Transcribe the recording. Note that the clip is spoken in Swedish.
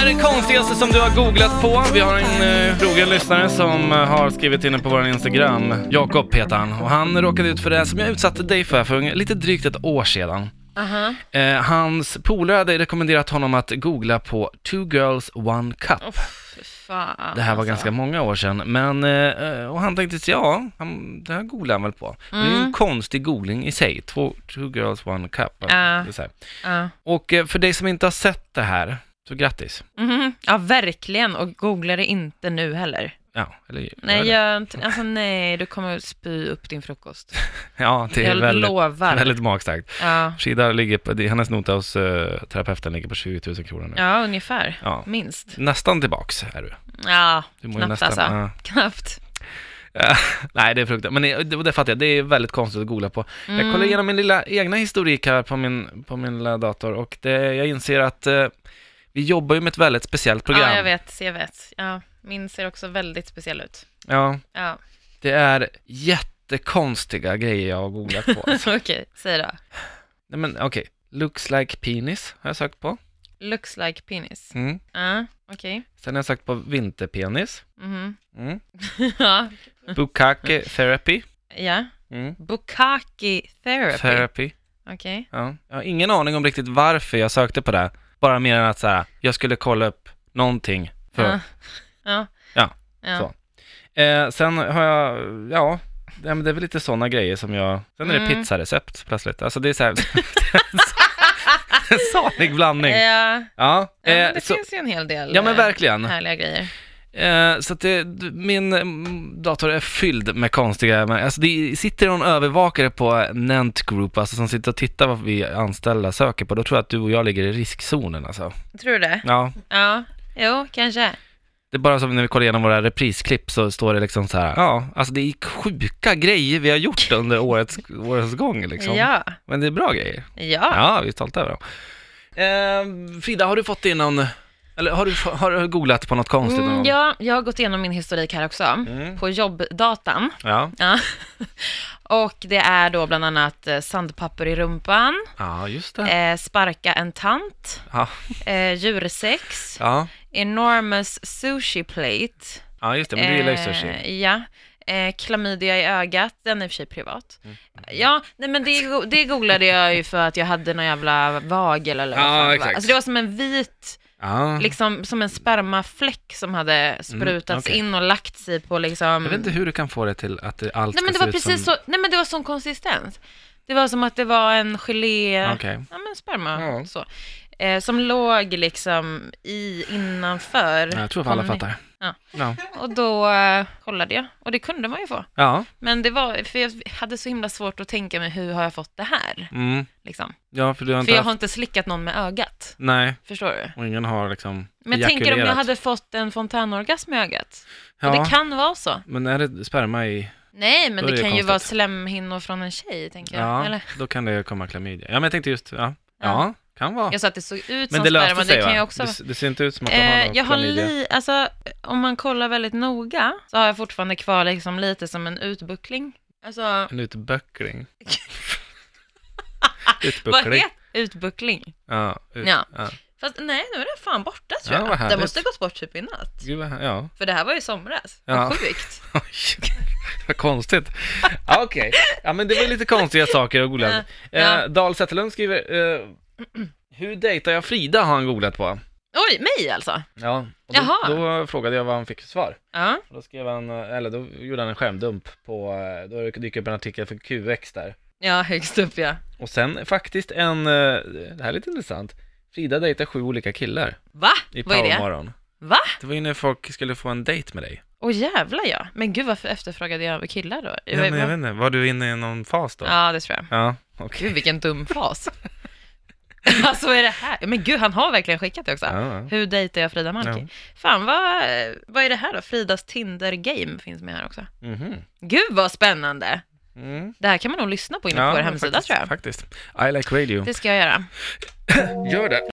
är det konstigaste som du har googlat på? Vi har en trogen lyssnare som har skrivit in på vår Instagram. Jakob heter han. Och han råkade ut för det som jag utsatte dig för lite drygt ett år sedan. Hans polare hade rekommenderat honom att googla på 2 girls 1 cup. Fan, det här var ganska många år sedan. Men, och han tänkte sig, det här googlar han väl på. Det är en konstig googling i sig. 2 girls 1 cup. Och för dig som inte har sett det här, så grattis. Ja, verkligen. Och googla det inte nu heller. Ja, eller nej, du kommer spy upp din frukost. Ja, det är lovar. väldigt magstarkt. Ja. Shida ligger på, hennes nota hos terapeuten ligger på 20 000 kronor nu. Ja, ungefär. Ja. Minst. Nästan tillbaks är du. Ja, du mår knappt nästan, alltså. Knappt. Nej, det är fruktansvärt. Men det fattar jag, det är väldigt konstigt att googla på. Jag kollar igenom min lilla egna historik här på min lilla dator. Och jag inser att vi jobbar ju med ett väldigt speciellt program. Ja, jag vet. Ja, min ser också väldigt speciell ut. Ja. Det är jättekonstiga grejer jag har googlat på. Okej, säg då. Nej, men okej. Looks like penis har jag sökt på. Looks like penis. Okej. Sen har jag sökt på vinterpenis. Ja. Bukkake therapy. Ja. Bukkake therapy. Okej. Ja. Jag har ingen aning om riktigt varför jag sökte på det. Bara mer än att så här, jag skulle kolla upp någonting för. Så. Sen har jag, men det är väl lite sådana grejer som jag. Sen är det pizzarecept plötsligt. Alltså det är så här en salig blandning. Ja. Det finns ju en hel del. Ja, men verkligen. Härliga grejer. Så att min dator är fylld med konstiga, alltså det sitter någon övervakare på Nent Group, alltså som sitter och tittar vad vi anställda söker på. Då tror jag att du och jag ligger i riskzonen alltså. Tror du det? Ja. Jo, kanske. Det är bara som när vi kollar igenom våra reprisklipp så står det liksom så här, alltså det är sjuka grejer vi har gjort under årets gång liksom. Ja. Men det är bra grejer. Ja, vi är stolta över dem. Frida, har du fått in någon, eller har du googlat på något konstigt någon gång? Ja, jag har gått igenom min historik här också på jobbdatan. Ja. Och det är då bland annat sandpapper i rumpan. Ja, just det. Sparka en tant. Ja. Djursex. Ja. Enormous sushi plate. Ja, just det, men du gillar ju sushi. Ja. Klamydia i ögat, den är i och för sig privat. Ja, nej men det googlade jag ju för att jag hade någon jävla vagel eller vad fan det var. Alltså det var som en vit, liksom som en spermafläck som hade sprutats in och lagt sig på liksom. Jag vet inte hur du kan få det till att allt nej, men det var precis så. Nej, men det var sån konsistens. Det var som att det var en gelé, ja men sperma så. Som låg liksom innanför. Jag tror att alla fattar. Ja. Och då kollade jag. Och det kunde man ju få. Ja. Men det var, för jag hade så himla svårt att tänka mig hur har jag fått det här? Liksom. Ja, för jag har inte slickat någon med ögat. Nej. Förstår du? Och ingen har liksom. Men jag tänker om jag hade fått en fontänorgasm med ögat. Ja. Och det kan vara så. Men är det sperma i? Nej, men det kan ju vara slemhinnor från en tjej, tänker jag. Ja, eller? Då kan det komma klamydia. Ja, men jag tänkte just, ja. Kan vara. Jag sa att det såg ut men som det sperma, det kan va? ju också. Det ser inte ut som att du har jag klamydia. alltså om man kollar väldigt noga så har jag fortfarande kvar liksom lite som en utbuckling. Alltså en utbuckling. Vad heter utbuckling? Ja. Fast nej, nu är det fan borta tror jag. Det måste gått bort typ i natt. Gud, för det här var ju somras. Sjukt. Vad konstigt. Okej. Ja, men det var lite konstiga saker att googla. Dahl Zetterlund skriver hur dejtar jag Frida har han googlat på. Oj, mig alltså? Ja, och då frågade jag vad han fick för svar. Och då skrev han, eller då gjorde han en skärmdump på, då dyker upp en artikel för QX där. Ja, högst upp Och sen faktiskt det här är lite intressant. Frida dejtar 7 olika killar. Va? I vad är det? Powermorgon. Va? Det var ju när folk skulle få en dejt med dig. Jävlar ja. Men gud, varför efterfrågade jag killar då? Jag vet inte, var du inne i någon fas då? Ja, det tror jag. Ja, okej. Gud, vilken dum fas. Alltså är det här? Men gud, han har verkligen skickat det också. Hur dejtar jag Frida Malki? Fan, vad är det här då? Fridas Tinder-game finns med här också. Gud, vad spännande. Det här kan man nog lyssna på inne på vår hemsida, tror jag. Faktiskt. I like radio. Det ska jag göra. Gör det.